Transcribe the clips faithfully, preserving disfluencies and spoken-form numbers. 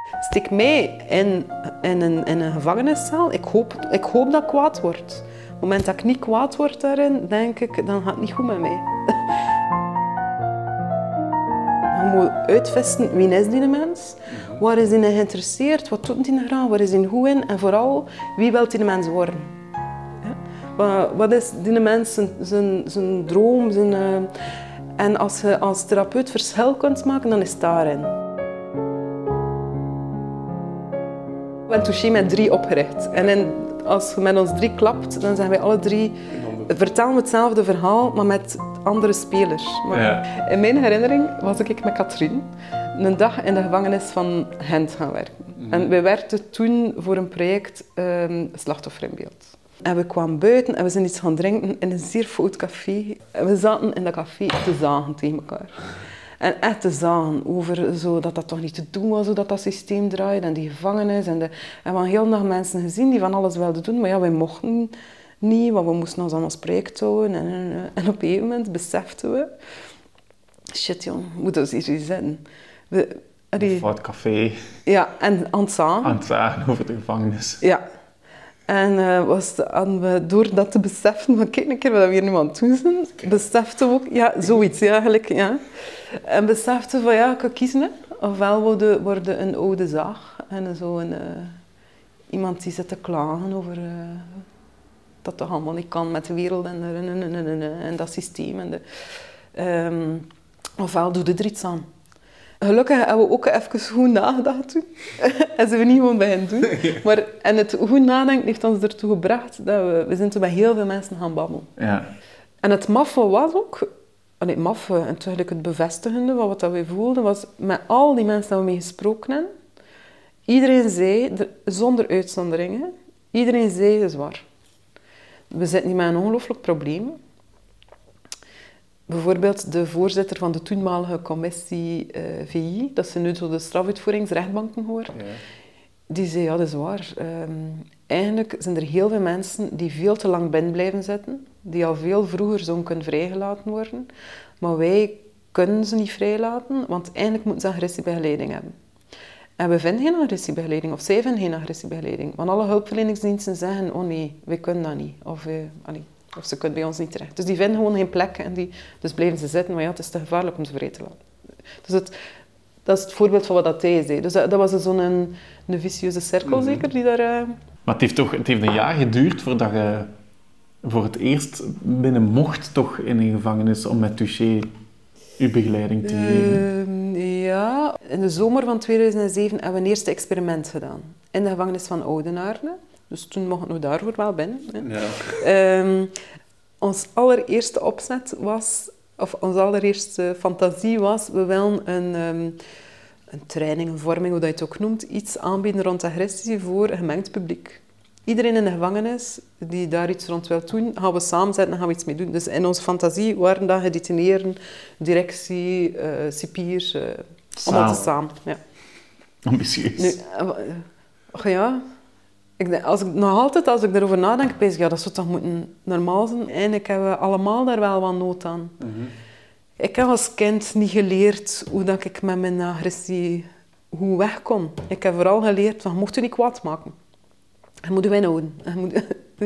Stik mij in, in, een, in een gevangeniscel. Ik hoop, ik hoop dat ik kwaad word. Op het moment dat ik niet kwaad word daarin, denk ik, dan gaat het niet goed met mij. Je moet uitvissen wie is die mens, waar is die geïnteresseerd, wat doet die graag, waar is die goed in en vooral wie wil die mens worden. Ja? Wat is die mens zijn, zijn, zijn droom, zijn, uh... en als je als therapeut verschil kunt maken, dan is het daarin. We hebben Touché met drie opgericht en in, als je met ons drie klapt, dan zijn wij alle drie vertellen we hetzelfde verhaal, maar met andere spelers. Maar ja. In mijn herinnering was ik met Katrien een dag in de gevangenis van Gent gaan werken. Mm-hmm. En wij werkten toen voor een project um, Slachtoffer in beeld. En we kwamen buiten en we zijn iets gaan drinken in een zeer fout café. En we zaten in dat café te zagen tegen elkaar. En echt te zagen over zo dat dat toch niet te doen was, hoe dat, dat systeem draaide en die gevangenis. En, de, en we hadden heel dag mensen gezien die van alles wilden doen, maar ja, wij mochten niet, want we moesten ons aan ons project houden. En, en, en op een gegeven moment beseften we, shit jong, we moeten ons hier zitten. We, die, voor het café. Ja, en aan het zagen. Aan het zagen over de gevangenis. Ja. En uh, was de, en we, door dat te beseffen, van kijk een keer wat we hier nu aan het doen zijn, okay. Beseften we ook, ja, zoiets eigenlijk, ja. En beseften van ja, ik kan kiezen, hè. Ofwel worden, worden een oude zaag en zo een, uh, iemand die zit te klagen over uh, dat toch allemaal niet kan met de wereld en, en, en, en, en, en dat systeem. En de, um, ofwel doe je er iets aan. Gelukkig hebben we ook even goed nagedacht toen. En zijn we niet gewoon beginnen doen. Maar, en het goed nadenken heeft ons ertoe gebracht dat we... We zijn toen met heel veel mensen gaan babbelen. Ja. En het maffe was ook... Nee, maffe en eigenlijk het bevestigende van wat we voelden, was met al die mensen die we mee gesproken hebben. Iedereen zei, zonder uitzonderingen, iedereen zei, het is waar. We zitten niet met een ongelooflijk probleem. Bijvoorbeeld de voorzitter van de toenmalige commissie uh, V I, dat zijn nu zo de strafuitvoeringsrechtbanken geworden, ja. Die zei, ja, dat is waar. Um, eigenlijk zijn er heel veel mensen die veel te lang binnen blijven zitten, die al veel vroeger zouden kunnen vrijgelaten worden, maar wij kunnen ze niet vrijlaten, want eigenlijk moeten ze agressiebegeleiding hebben. En we vinden geen agressiebegeleiding, of zij vinden geen agressiebegeleiding, want alle hulpverleningsdiensten zeggen, oh nee, wij kunnen dat niet, of, uh, allee, of ze kunnen bij ons niet terecht. Dus die vinden gewoon geen plek, en die, dus blijven ze zitten, maar ja, het is te gevaarlijk om ze vrij te laten. Dus het, dat is het voorbeeld van wat dat hij zei. Dus dat, dat was zo'n een, een vicieuze cirkel, mm-hmm. Zeker, die daar... Uh... Maar het heeft toch het heeft een jaar geduurd voordat je voor het eerst binnen mocht toch in een gevangenis om met Touché uw begeleiding te geven. Uh, ja, in de zomer van tweeduizend zeven hebben we een eerste experiment gedaan. In de gevangenis van Oudenaarde. Dus toen mochten we daarvoor wel binnen. Ja. Um, ons allereerste opzet was... Of onze allereerste fantasie was, we willen een, um, een training, een vorming, hoe dat je het ook noemt, iets aanbieden rond agressie voor een gemengd publiek. Iedereen in de gevangenis die daar iets rond wil doen, gaan we samen zetten en gaan we iets mee doen. Dus in onze fantasie waren dat gedetineerden, directie, uh, cipiers, uh, allemaal te samen. Ja. Ambitieus. Nu, uh, ja... Ik denk, als ik, nog altijd, als ik erover nadenk, denk ik, ja, dat zou toch moeten normaal zijn. Eigenlijk hebben we allemaal daar wel wat nood aan. Mm-hmm. Ik heb als kind niet geleerd hoe dat ik met mijn agressie hoe wegkom. Ik heb vooral geleerd, van, je mocht je niet kwaad maken. Je moet je inhouden. Je moet,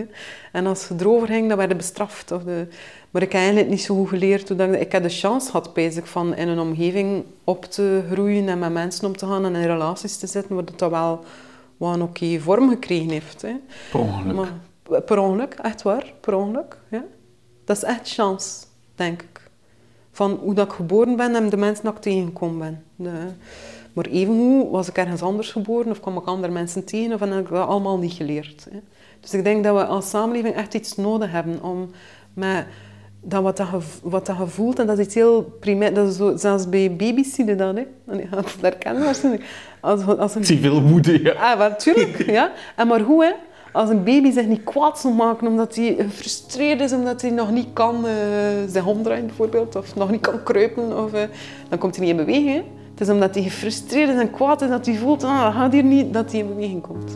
en als je erover ging, dan werd je bestraft. Of de, maar ik heb eigenlijk niet zo goed geleerd. Hoe dat ik, ik heb de chance gehad, bezig van in een omgeving op te groeien en met mensen om te gaan en in relaties te zitten, waar dat wel... wat een oké okay vorm gekregen heeft. Hè. Per ongeluk. Maar, per ongeluk, echt waar, per ongeluk. Ja. Dat is echt chance, denk ik. Van hoe dat ik geboren ben en de mensen dat ik tegengekomen ben. De, maar evengoed was ik ergens anders geboren of kwam ik andere mensen tegen of heb ik dat allemaal niet geleerd. Hè. Dus ik denk dat we als samenleving echt iets nodig hebben om met dat wat, dat je, wat dat je voelt, en dat is iets heel primair, dat is zo, zelfs bij baby's zie je dat, hè. Dat herkennen waarschijnlijk. Als, als een... Ik zie veel moeder, ja. Ah, natuurlijk, ja. En maar hoe, hè. Als een baby zich niet kwaad zal maken omdat hij gefrustreerd is, omdat hij nog niet kan uh, zich omdraaien bijvoorbeeld, of nog niet kan kruipen, of, uh, dan komt hij niet in beweging, hè. Het is omdat hij gefrustreerd is en kwaad is, dat hij voelt, ah, dat gaat hier niet, dat hij in beweging komt.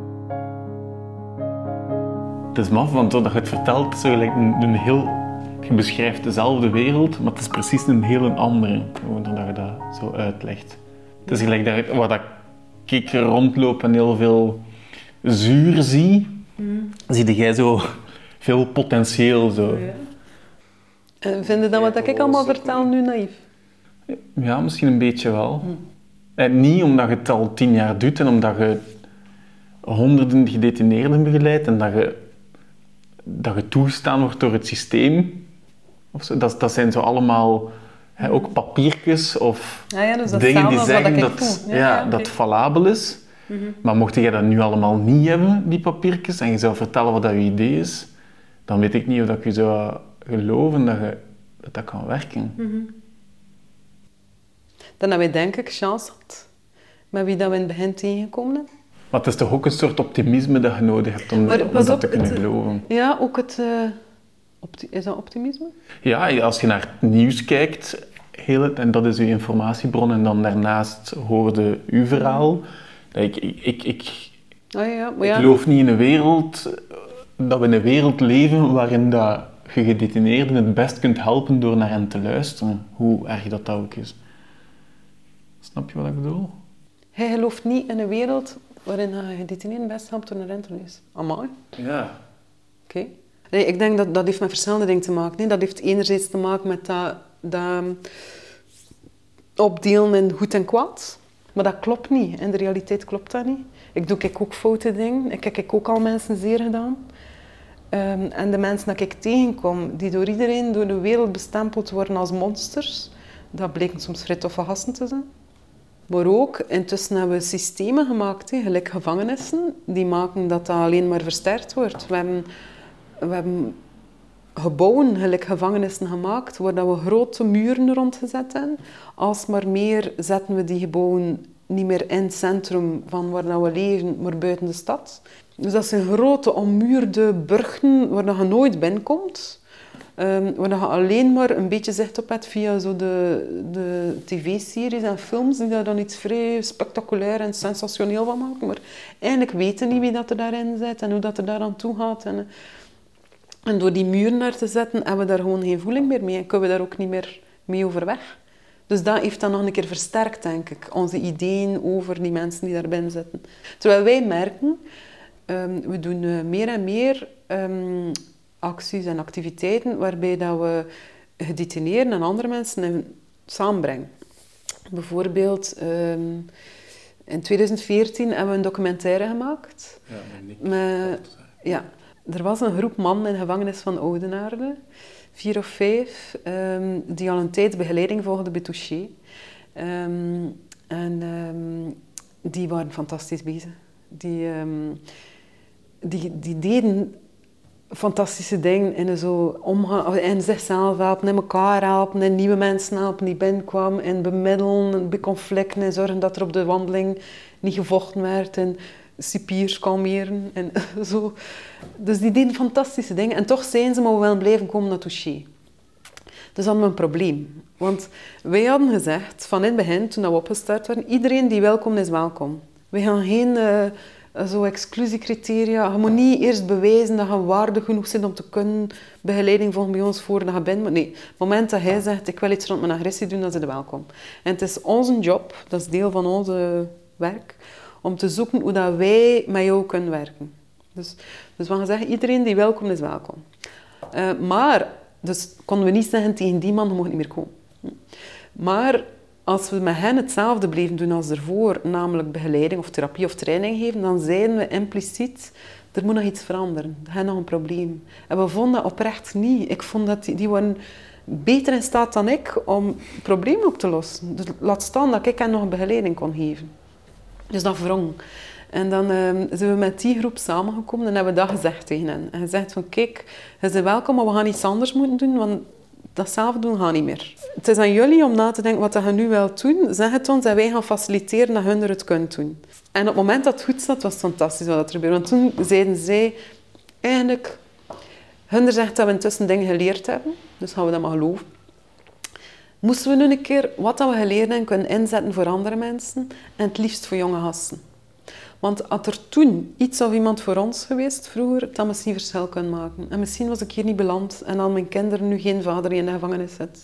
Het is maf, want doordat je het vertelt, zo gelijk een, een heel je beschrijft dezelfde wereld, maar het is precies een hele andere, gewoon doordat je dat zo uitlegt. Het is gelijk dat, waar dat ik rondloop en heel veel zuur zie, mm. zie jij zo veel potentieel. Zo. Ja. En vind je dan wat ik allemaal vertel nu naïef? Ja, misschien een beetje wel. Mm. En niet omdat je het al tien jaar doet en omdat je honderden gedetineerden begeleidt en dat je, dat je toegestaan wordt door het systeem. Of zo. Dat, dat zijn zo allemaal hè, ook papiertjes of ja, ja, dus dat dingen die zeggen dat, dat, ja, ja, ja, okay. dat het valabel is. Mm-hmm. Maar mocht jij dat nu allemaal niet hebben, die papiertjes, en je zou vertellen wat dat je idee is, dan weet ik niet of dat je zou geloven dat je, dat, dat kan werken. Mm-hmm. Dan hebben wij denk ik chance had met wie dat we in het begin tegengekomen. Maar het is toch ook een soort optimisme dat je nodig hebt om, maar, om dat op, te kunnen het, geloven. Ja, ook het... Uh, opti- is dat optimisme? Ja, als je naar het nieuws kijkt, heel het, en dat is uw informatiebron, en dan daarnaast hoorde uw verhaal. Ik, ik, ik, ik, oh ja, maar ja. ik geloof niet in een wereld, dat we in een wereld leven waarin dat je gedetineerden het best kunt helpen door naar hen te luisteren, hoe erg dat, dat ook is. Snap je wat ik bedoel? Hij gelooft niet in een wereld waarin je gedetineerden best helpt door naar hen te luisteren. Amai. Ja. Oké. Okay. Nee, ik denk dat dat heeft met verschillende dingen te maken. Nee, dat heeft enerzijds te maken met dat, dat opdelen in goed en kwaad. Maar dat klopt niet. In de realiteit klopt dat niet. Ik doe kijk ook foute dingen. Ik heb kijk ook al mensen zeer gedaan. Um, en de mensen die ik tegenkom, die door iedereen, door de wereld bestempeld worden als monsters, dat bleken soms vrij toffe gasten te zijn. Maar ook, intussen hebben we systemen gemaakt, he, gelijk gevangenissen, die maken dat dat alleen maar versterkt wordt. We hebben, we hebben gebouwen, gelijk gevangenissen gemaakt, waar dat we grote muren rondgezet hebben. Alsmaar meer zetten we die gebouwen niet meer in het centrum van waar dat we leven, maar buiten de stad. Dus dat zijn grote, ommuurde burchten waar dat je nooit binnenkomt. Um, waar je alleen maar een beetje zicht op hebt via zo de, de tv-series en films die daar dan iets vrij spectaculair en sensationeel van maken. Maar eigenlijk weten niet wie dat er daarin zit en hoe dat er daar aan toe gaat. En, en door die muren naar te zetten, hebben we daar gewoon geen voeling meer mee en kunnen we daar ook niet meer mee overweg. Dus dat heeft dan nog een keer versterkt, denk ik, onze ideeën over die mensen die daar binnen zitten. Terwijl wij merken, um, we doen uh, meer en meer um, acties en activiteiten waarbij dat we gedetineerden en andere mensen in samenbrengen. Bijvoorbeeld, um, in twintig veertien hebben we een documentaire gemaakt. Ja, met met, ja, er was een groep mannen in de gevangenis van Oudenaarde, vier of vijf, um, die al een tijd begeleiding volgden bij Touché. Um, en um, die waren fantastisch bezig. Die, um, die, die deden fantastische dingen in zo omgaan, in zichzelf helpen, in elkaar helpen, in nieuwe mensen helpen die binnenkwamen, in bemiddelen, bij conflicten, en zorgen dat er op de wandeling niet gevochten werd, en cipiers kalmeren en zo. Dus die deden fantastische dingen en toch zijn ze maar wel blijven komen naar Touché. Dus hadden we een probleem. Want wij hadden gezegd, van in het begin, toen we opgestart werden, iedereen die welkom is, welkom. We gaan geen uh, zo exclusiecriteria. Je moet niet eerst bewijzen dat je waardig genoeg bent om te kunnen begeleiding volgen bij ons voordat je bent. Maar nee, op het moment dat hij zegt, ik wil iets rond mijn agressie doen, dan is het welkom. En het is onze job, dat is deel van ons werk, om te zoeken hoe dat wij met jou kunnen werken. Dus, dus we gaan zeggen, iedereen die welkom is, welkom. Uh, maar, dus konden we niet zeggen tegen die man, je mag niet meer komen. Maar als we met hen hetzelfde bleven doen als ervoor, namelijk begeleiding of therapie of training geven, dan zeiden we impliciet, er moet nog iets veranderen. Er is nog een probleem. En we vonden dat oprecht niet. Ik vond dat die, die waren beter in staat dan ik om problemen op te lossen. Dus laat staan dat ik hen nog een begeleiding kon geven. Dus dat wrong. En dan uh, zijn we met die groep samengekomen en hebben we dat gezegd tegen hen. En gezegd van, kijk, je bent welkom, maar we gaan iets anders moeten doen, want datzelfde doen gaat niet meer. Het is aan jullie om na te denken wat je nu wilt doen. Zeg het ons en wij gaan faciliteren dat hun er het kunnen doen. En op het moment dat het goed zat, was het fantastisch wat er gebeurde. Want toen zeiden zij, eigenlijk, hun zegt dat we intussen dingen geleerd hebben, dus gaan we dat maar geloven. Moesten we nu een keer wat we geleerd hebben kunnen inzetten voor andere mensen en het liefst voor jonge gasten. Want had er toen iets of iemand voor ons geweest vroeger, dat misschien verschil kunnen maken. En misschien was ik hier niet beland en al mijn kinderen nu geen vader die in de gevangenis zit.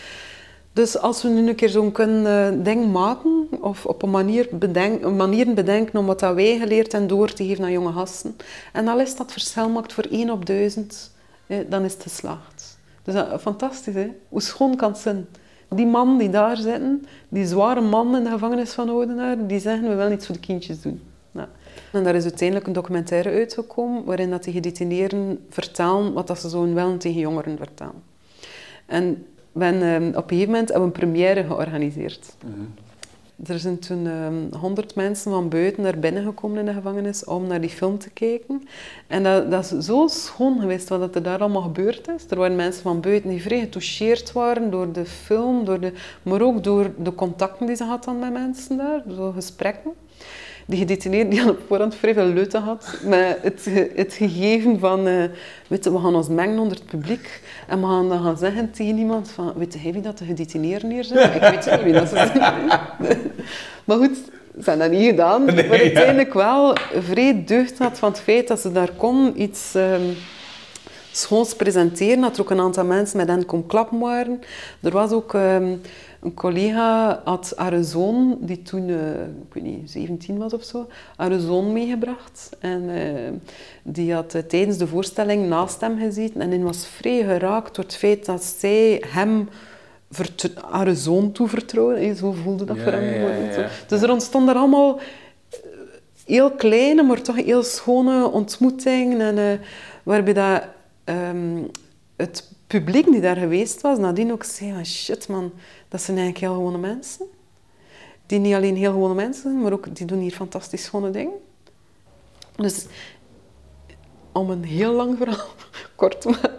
Dus als we nu een keer zo'n kunnen uh, ding maken, of op een manier, bedenk, een manier bedenken om wat dat wij geleerd hebben door te geven aan jonge gasten, en al is dat verschil maakt voor één op duizend, eh, dan is het geslaagd. Dus dat is fantastisch, hè? Hoe schoon kan het zijn. Die mannen die daar zitten, die zware mannen in de gevangenis van Oudenaarde, die zeggen, we willen iets voor de kindjes doen. Nou. En daar is uiteindelijk een documentaire uitgekomen, waarin dat die gedetineerden vertellen wat dat ze zouden willen tegen jongeren vertellen. En ben, um, op een gegeven moment hebben we een première georganiseerd. Mm-hmm. Er zijn toen honderd um, mensen van buiten naar binnen gekomen in de gevangenis om naar die film te kijken. En dat, dat is zo schoon geweest wat er daar allemaal gebeurd is. Er waren mensen van buiten die vrij getoucheerd waren door de film, door de, maar ook door de contacten die ze hadden met mensen daar, door gesprekken. Die gedetineerden die hadden op voorhand vrij veel leuten gehad met het, het gegeven van uh, weet je, we gaan ons mengen onder het publiek en we gaan dan gaan zeggen tegen iemand van weet jij wie dat de gedetineerden hier zijn? Ik weet niet wie dat ze zijn. Maar goed, ze hebben dat niet gedaan. Nee, maar uiteindelijk ja. wel vrij deugd had van het feit dat ze daar kon iets um, schoons presenteren. Dat er ook een aantal mensen met hen kon klappen waren. Er was ook... Um, Een collega had haar zoon, die toen, uh, ik weet niet, zeventien was of zo, haar zoon meegebracht. En uh, die had uh, tijdens de voorstelling naast hem gezeten en hij was vrij geraakt door het feit dat zij hem vert- haar zoon toevertrouwde. Hey, zo voelde dat ja, voor hem. Ja, ja, ja. Dus er ontstond er allemaal heel kleine, maar toch heel schone ontmoetingen. En, uh, waarbij dat, um, het publiek die daar geweest was, nadien ook zei van shit man, dat zijn eigenlijk heel gewone mensen. Die niet alleen heel gewone mensen zijn, maar ook die doen hier fantastisch schone dingen. Dus, om een heel lang verhaal kort te maken,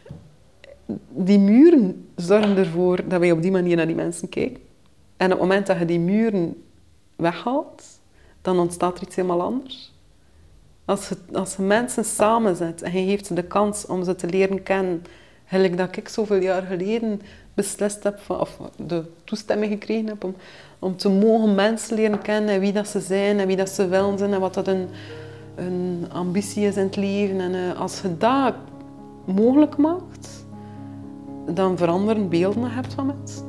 die muren zorgen ervoor dat wij op die manier naar die mensen kijken. En op het moment dat je die muren weghaalt, dan ontstaat er iets helemaal anders. Als je, als je mensen samenzet en je geeft ze de kans om ze te leren kennen, gelijk dat ik zoveel jaar geleden beslist heb, van, of de toestemming gekregen heb om, om te mogen mensen leren kennen en wie dat ze zijn en wie dat ze willen zijn en wat dat hun, hun ambitie is in het leven. En uh, als je dat mogelijk maakt, dan veranderen beelden dat je hebt van mensen.